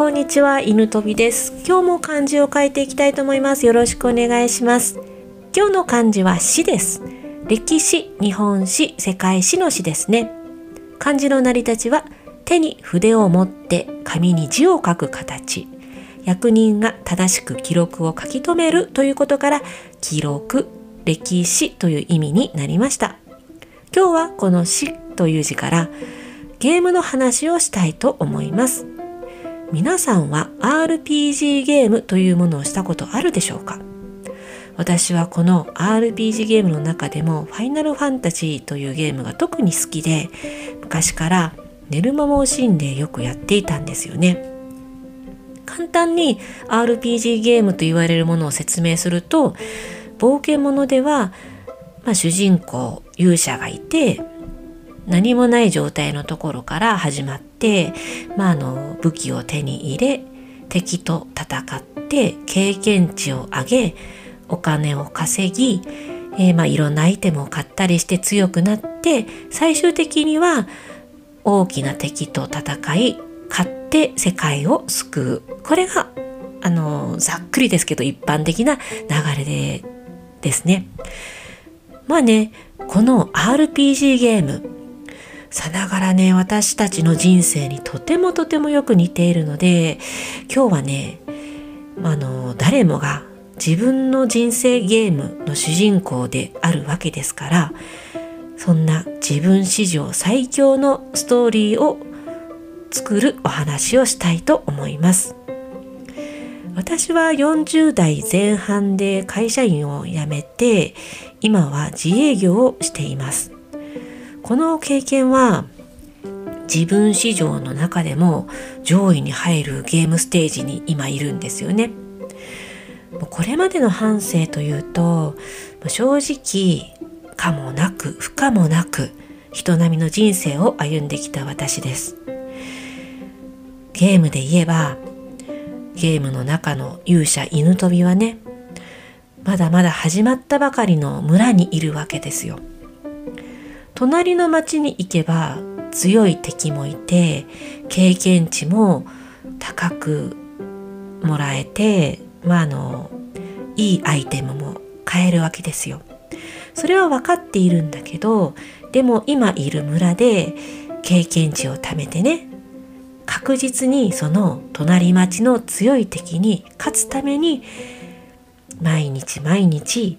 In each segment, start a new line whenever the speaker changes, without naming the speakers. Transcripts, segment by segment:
こんにちは、犬飛びです。今日も漢字を書いていきたいと思います。よろしくお願いします。今日の漢字は詩です。歴史、日本史、世界史の詩ですね。漢字の成り立ちは手に筆を持って紙に字を書く形。役人が正しく記録を書き留めるということから記録、歴史という意味になりました。今日はこの詩という字からゲームの話をしたいと思います。皆さんは RPG ゲームというものをしたことあるでしょうか？私はこの RPG ゲームの中でもファイナルファンタジーというゲームが特に好きで、昔から寝る間も惜しんでよくやっていたんですよね。簡単に RPG ゲームと言われるものを説明すると、冒険者では、主人公勇者がいて、何もない状態のところから始まって、武器を手に入れ敵と戦って経験値を上げお金を稼ぎ、いろんなアイテムを買ったりして強くなって、最終的には大きな敵と戦い勝って世界を救う。これがざっくりですけど一般的な流れですね。この RPG ゲームさながらね、私たちの人生にとてもよく似ているので、今日はね、誰もが自分の人生ゲームの主人公であるわけですから、そんな自分史上最強のストーリーを作るお話をしたいと思います。私は40代前半で会社員を辞めて、今は自営業をしています。この経験は自分市場の中でも上位に入るゲームステージに今いるんですよね。これまでの半生というと、正直可もなく不可もなく人並みの人生を歩んできた私です。ゲームで言えば、ゲームの中の勇者犬飛びはね、まだまだ始まったばかりの村にいるわけですよ。隣の町に行けば強い敵もいて、経験値も高くもらえて、いいアイテムも買えるわけですよ。それは分かっているんだけど、でも今いる村で経験値を貯めてね、確実にその隣町の強い敵に勝つために毎日、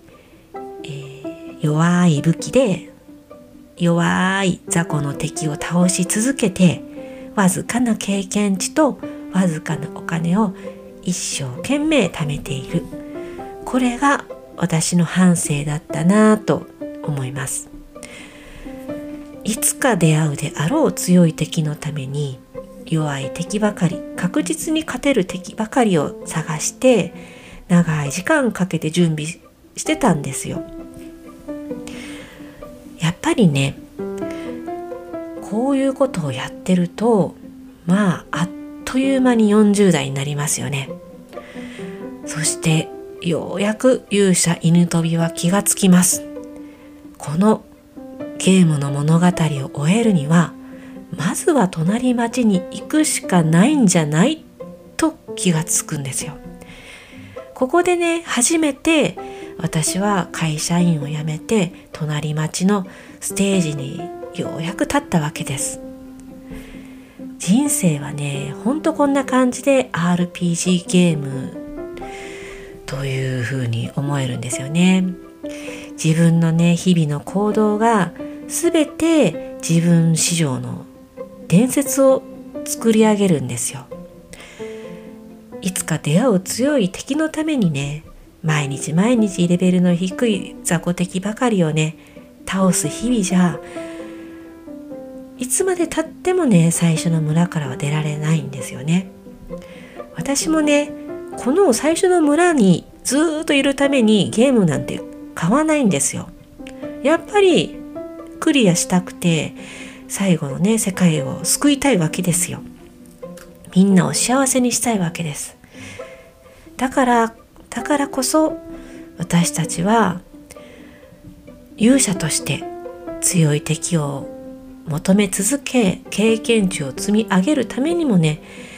弱い武器で弱い雑魚の敵を倒し続けて、わずかな経験値とわずかなお金を一生懸命貯めている。これが私の半生だったなと思います。いつか出会うであろう強い敵のために、弱い敵ばかり、確実に勝てる敵ばかりを探して長い時間かけて準備してたんですよ。やっぱりね、こういうことをやってると、あっという間に40代になりますよね。そしてようやく勇者犬飛びは気がつきます。このゲームの物語を終えるには、まずは隣町に行くしかないんじゃないと気がつくんですよ。ここでね、初めて私は会社員を辞めて隣町のステージにようやく立ったわけです。人生はね、ほんとこんな感じで RPG ゲームというふうに思えるんですよね。自分のね、日々の行動が全て自分史上の伝説を作り上げるんですよ。いつか出会う強い敵のためにね、毎日レベルの低い雑魚敵ばかりをね、倒す日々じゃ、いつまで経ってもね、最初の村からは出られないんですよね。私もね、この最初の村にずっといるためにゲームなんて買わないんですよ。やっぱりクリアしたくて、最後のね、世界を救いたいわけですよ。みんなを幸せにしたいわけです。だからこそ私たちは勇者として強い敵を求め続け、経験値を積み上げるためにもね、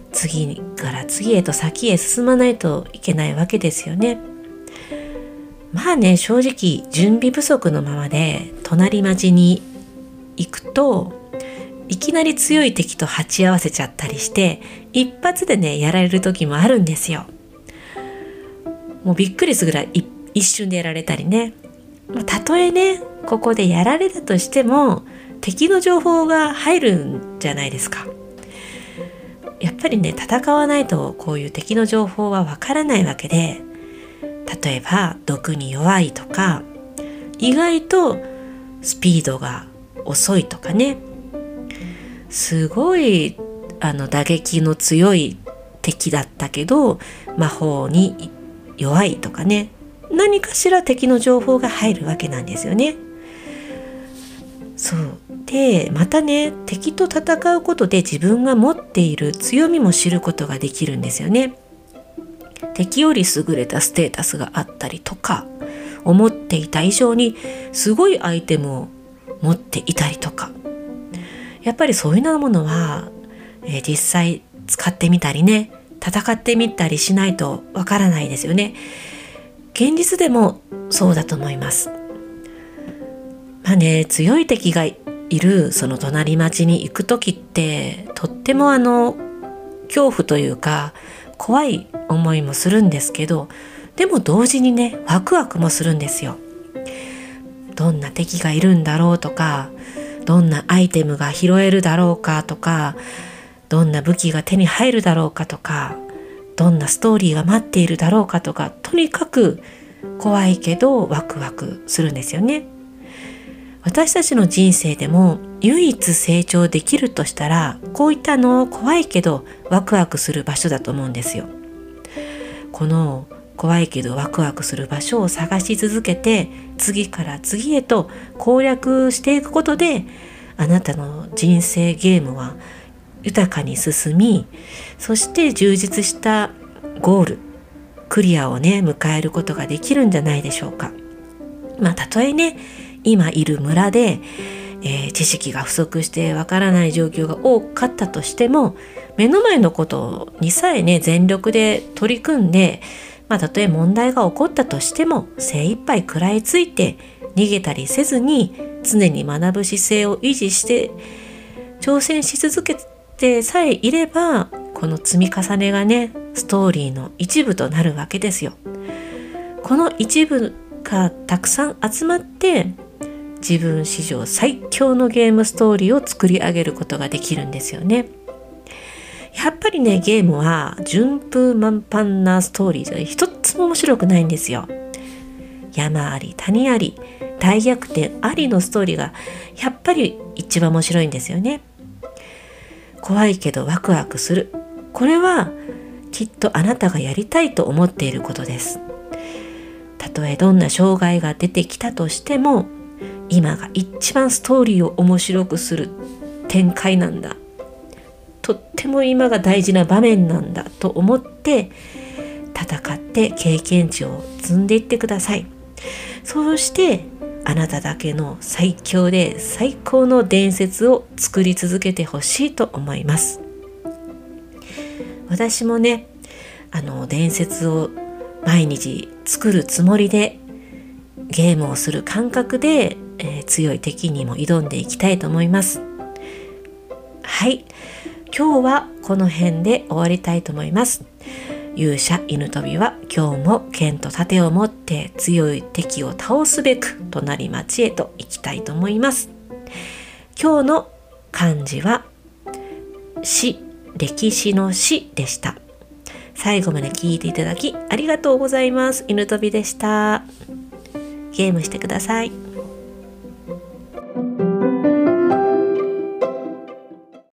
次から次へと先へ進まないといけないわけですよね。まあね、正直準備不足のままで隣町に行くといきなり強い敵と鉢合わせちゃったりして一発でねやられる時もあるんですよ。もうびっくりするぐらい一瞬でやられたりね。たとえねここでやられたとしても敵の情報が入るんじゃないですか。やっぱりね戦わないとこういう敵の情報はわからないわけで、例えば毒に弱いとか意外とスピードが遅いとかね、すごい打撃の強い敵だったけど魔法に弱いとかね、何かしら敵の情報が入るわけなんですよね。そうでまたね敵と戦うことで自分が持っている強みも知ることができるんですよね。敵より優れたステータスがあったりとか、思っていた以上にすごいアイテムを持っていたりとか、やっぱりそういうようなものは、実際使ってみたりね戦ってみたりしないとわからないですよね。現実でもそうだと思います。まあね、強い敵がいるその隣町に行く時ってとっても恐怖というか怖い思いもするんですけど、でも同時にねワクワクもするんですよ。どんな敵がいるんだろうとか、どんなアイテムが拾えるだろうかとか、どんな武器が手に入るだろうかとか、どんなストーリーが待っているだろうかとか、とにかく怖いけどワクワクするんですよね。私たちの人生でも唯一成長できるとしたらこういった怖いけどワクワクする場所だと思うんですよ。この怖いけどワクワクする場所を探し続けて次から次へと攻略していくことで、あなたの人生ゲームは豊かに進み、そして充実したゴールクリアをね迎えることができるんじゃないでしょうか。たとえね今いる村で、知識が不足してわからない状況が多かったとしても、目の前のことにさえね全力で取り組んで、たとえ問題が起こったとしても精一杯食らいついて逃げたりせずに常に学ぶ姿勢を維持して挑戦し続けてさえいれば、この積み重ねがねストーリーの一部となるわけですよ。この一部がたくさん集まって自分史上最強のゲームストーリーを作り上げることができるんですよね。やっぱりねゲームは順風満帆なストーリーじゃ一つも面白くないんですよ。山あり谷あり大逆転ありのストーリーがやっぱり一番面白いんですよね。怖いけどワクワクする、これはきっとあなたがやりたいと思っていることです。たとえどんな障害が出てきたとしても、今が一番ストーリーを面白くする展開なんだ、とっても今が大事な場面なんだと思って戦って経験値を積んでいってください。そうしてあなただけの最強で最高の伝説を作り続けてほしいと思います。私もね伝説を毎日作るつもりでゲームをする感覚で、強い敵にも挑んでいきたいと思います。はい、今日はこの辺で終わりたいと思います。勇者犬飛びは今日も剣と盾を持って強い敵を倒すべく隣町へと行きたいと思います。今日の漢字は史、歴史の史でした。最後まで聞いていただきありがとうございます。犬飛びでした。ゲームしてください。